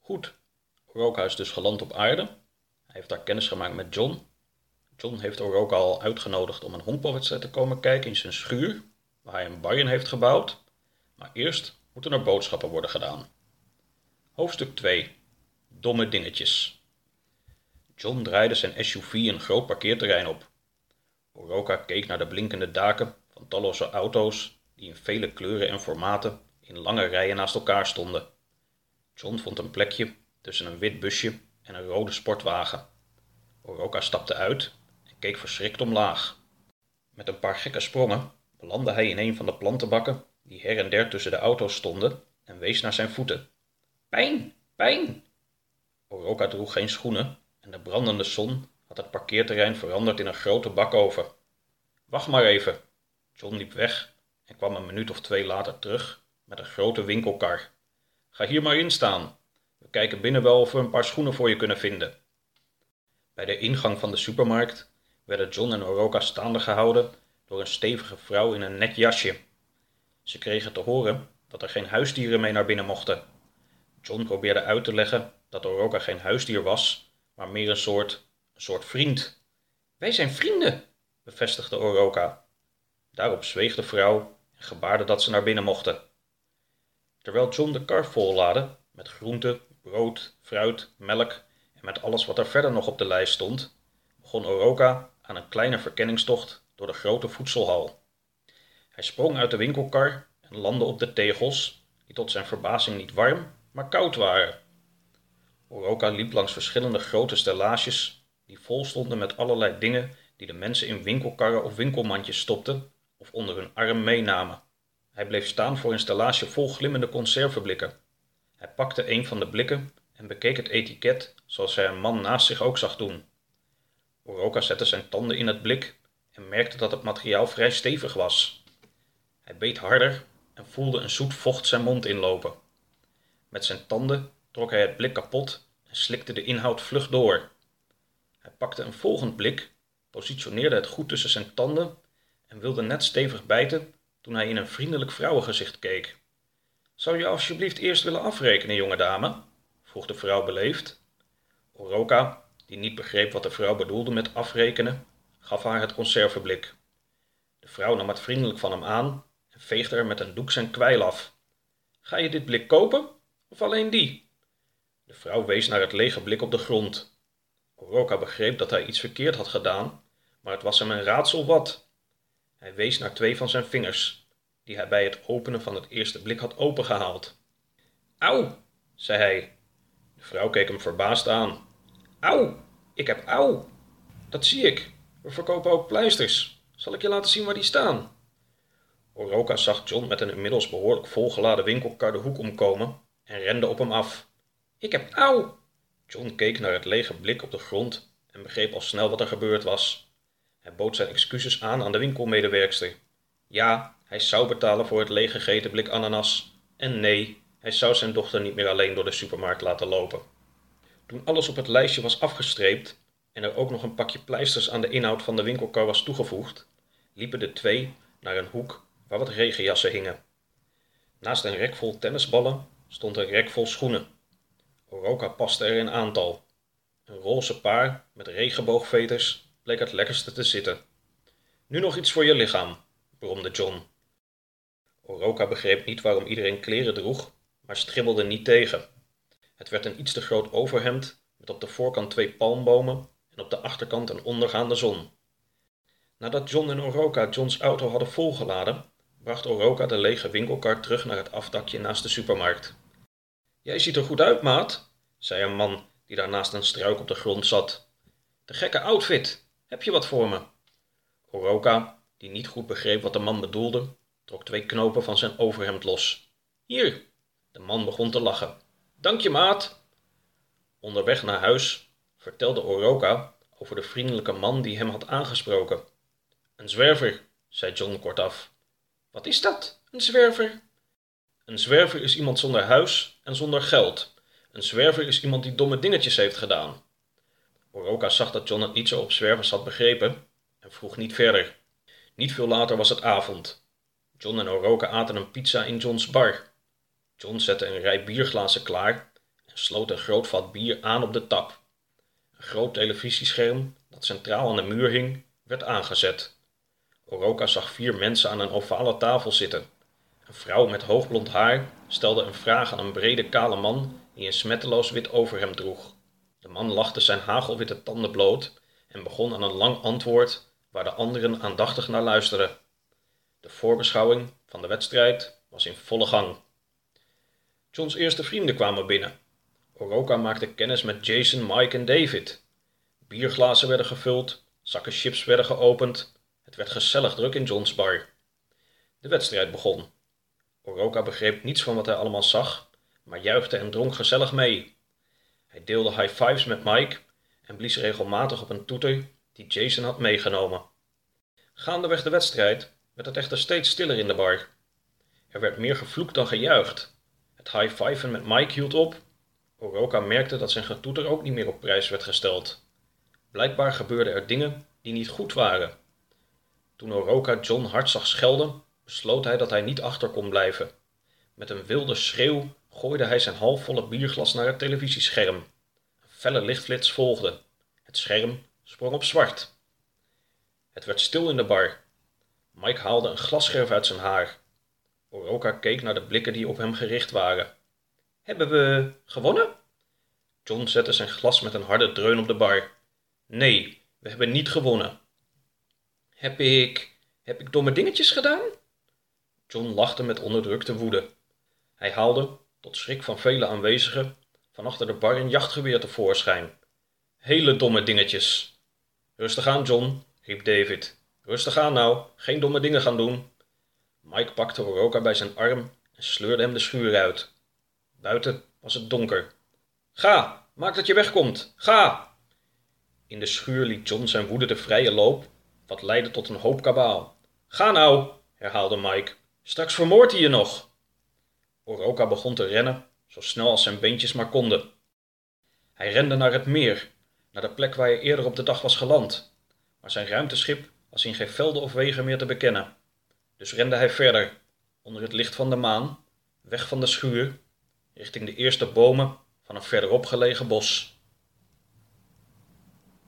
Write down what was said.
Goed, Oroka is dus geland op aarde. Hij heeft daar kennis gemaakt met John. John heeft Oroka al uitgenodigd om een honkbalwedstrijd te komen kijken in zijn schuur, waar hij een bar in heeft gebouwd. Maar eerst moeten er boodschappen worden gedaan. Hoofdstuk 2. Domme dingetjes. John draaide zijn SUV een groot parkeerterrein op. Oroka keek naar de blinkende daken van talloze auto's die in vele kleuren en formaten in lange rijen naast elkaar stonden. John vond een plekje tussen een wit busje en een rode sportwagen. Oroka stapte uit en keek verschrikt omlaag. Met een paar gekke sprongen belandde hij in een van de plantenbakken die her en der tussen de auto's stonden en wees naar zijn voeten. Pijn, pijn! Oroka droeg geen schoenen en de brandende zon had het parkeerterrein veranderd in een grote bakoven. Wacht maar even. John liep weg en kwam een minuut of 2 later terug met een grote winkelkar. Ga hier maar in staan. We kijken binnen wel of we een paar schoenen voor je kunnen vinden. Bij de ingang van de supermarkt werden John en Oroka staande gehouden door een stevige vrouw in een net jasje. Ze kregen te horen dat er geen huisdieren mee naar binnen mochten. John probeerde uit te leggen dat Oroka geen huisdier was, maar meer een soort vriend. Wij zijn vrienden, bevestigde Oroka. Daarop zweeg de vrouw en gebaarde dat ze naar binnen mochten. Terwijl John de kar vollaadde met groente, brood, fruit, melk en met alles wat er verder nog op de lijst stond, begon Oroka aan een kleine verkenningstocht door de grote voedselhal. Hij sprong uit de winkelkar en landde op de tegels, die tot zijn verbazing niet warm, maar koud waren. Oroka liep langs verschillende grote stellages die vol stonden met allerlei dingen die de mensen in winkelkarren of winkelmandjes stopten of onder hun arm meenamen. Hij bleef staan voor een stellage vol glimmende conserveblikken. Hij pakte een van de blikken en bekeek het etiket zoals hij een man naast zich ook zag doen. Oroka zette zijn tanden in het blik en merkte dat het materiaal vrij stevig was. Hij beet harder en voelde een zoet vocht zijn mond inlopen. Met zijn tanden trok hij het blik kapot en slikte de inhoud vlug door. Hij pakte een volgend blik, positioneerde het goed tussen zijn tanden en wilde net stevig bijten toen hij in een vriendelijk vrouwengezicht keek. Zou je alsjeblieft eerst willen afrekenen, jonge dame? Vroeg de vrouw beleefd. Oroka, die niet begreep wat de vrouw bedoelde met afrekenen, gaf haar het conserveblik. De vrouw nam het vriendelijk van hem aan en veegde er met een doek zijn kwijl af. Ga je dit blik kopen of alleen die? De vrouw wees naar het lege blik op de grond. Oroka begreep dat hij iets verkeerd had gedaan, maar het was hem een raadsel wat. Hij wees naar 2 van zijn vingers, die hij bij het openen van het eerste blik had opengehaald. Auw, zei hij. De vrouw keek hem verbaasd aan. Auw, ik heb auw. Dat zie ik. We verkopen ook pleisters. Zal ik je laten zien waar die staan? Oroka zag John met een inmiddels behoorlijk volgeladen winkelkar de hoek omkomen en rende op hem af. Ik heb auw. John keek naar het lege blik op de grond en begreep al snel wat er gebeurd was. Hij bood zijn excuses aan de winkelmedewerkster. Ja, hij zou betalen voor het leeggegeten blik ananas. En nee, hij zou zijn dochter niet meer alleen door de supermarkt laten lopen. Toen alles op het lijstje was afgestreept en er ook nog een pakje pleisters aan de inhoud van de winkelkar was toegevoegd, liepen de 2 naar een hoek waar wat regenjassen hingen. Naast een rek vol tennisballen stond een rek vol schoenen. Oroka paste er een aantal. Een roze paar met regenboogveters bleek het lekkerste te zitten. Nu nog iets voor je lichaam, bromde John. Oroka begreep niet waarom iedereen kleren droeg, maar stribbelde niet tegen. Het werd een iets te groot overhemd met op de voorkant 2 palmbomen en op de achterkant een ondergaande zon. Nadat John en Oroka Johns auto hadden volgeladen, bracht Oroka de lege winkelkar terug naar het afdakje naast de supermarkt. Jij ziet er goed uit, maat, zei een man die daar naast een struik op de grond zat. De gekke outfit, heb je wat voor me? Oroka, die niet goed begreep wat de man bedoelde, trok 2 knopen van zijn overhemd los. Hier, de man begon te lachen. Dank je, maat. Onderweg naar huis vertelde Oroka over de vriendelijke man die hem had aangesproken. Een zwerver, zei John kortaf. Wat is dat, een zwerver? Een zwerver is iemand zonder huis en zonder geld. Een zwerver is iemand die domme dingetjes heeft gedaan. Oroka zag dat John het niet zo op zwervers had begrepen en vroeg niet verder. Niet veel later was het avond. John en Oroka aten een pizza in Johns bar. John zette een rij bierglazen klaar en sloot een groot vat bier aan op de tap. Een groot televisiescherm dat centraal aan de muur hing, werd aangezet. Oroka zag 4 mensen aan een ovale tafel zitten. Een vrouw met hoogblond haar stelde een vraag aan een brede kale man die een smetteloos wit overhemd droeg. De man lachte zijn hagelwitte tanden bloot en begon aan een lang antwoord waar de anderen aandachtig naar luisterden. De voorbeschouwing van de wedstrijd was in volle gang. Johns eerste vrienden kwamen binnen. Oroka maakte kennis met Jason, Mike en David. Bierglazen werden gevuld, zakken chips werden geopend. Het werd gezellig druk in Johns bar. De wedstrijd begon. Oroka begreep niets van wat hij allemaal zag, maar juichte en dronk gezellig mee. Hij deelde high fives met Mike en blies regelmatig op een toeter die Jason had meegenomen. Gaandeweg de wedstrijd werd het echter steeds stiller in de bar. Er werd meer gevloekt dan gejuicht. Het high-fiven met Mike hield op. Oroka merkte dat zijn getoeter ook niet meer op prijs werd gesteld. Blijkbaar gebeurden er dingen die niet goed waren. Toen Oroka John hard zag schelden, besloot hij dat hij niet achter kon blijven. Met een wilde schreeuw gooide hij zijn halfvolle bierglas naar het televisiescherm. Een felle lichtflits volgde. Het scherm sprong op zwart. Het werd stil in de bar. Mike haalde een glasscherf uit zijn haar. Oroka keek naar de blikken die op hem gericht waren. Hebben we gewonnen? John zette zijn glas met een harde dreun op de bar. Nee, we hebben niet gewonnen. Heb ik domme dingetjes gedaan? John lachte met onderdrukte woede. Hij haalde, tot schrik van vele aanwezigen, van achter de bar een jachtgeweer tevoorschijn. Hele domme dingetjes. Rustig aan, John, riep David. Rustig aan nou, geen domme dingen gaan doen. Mike pakte Oroka bij zijn arm en sleurde hem de schuur uit. Buiten was het donker. Ga, maak dat je wegkomt, ga! In de schuur liet John zijn woede de vrije loop, wat leidde tot een hoop kabaal. Ga nou, herhaalde Mike, straks vermoordt hij je nog. Oroka begon te rennen, zo snel als zijn beentjes maar konden. Hij rende naar het meer, naar de plek waar hij eerder op de dag was geland. Maar zijn ruimteschip was in geen velden of wegen meer te bekennen. Dus rende hij verder, onder het licht van de maan, weg van de schuur, richting de eerste bomen van een verderop gelegen bos.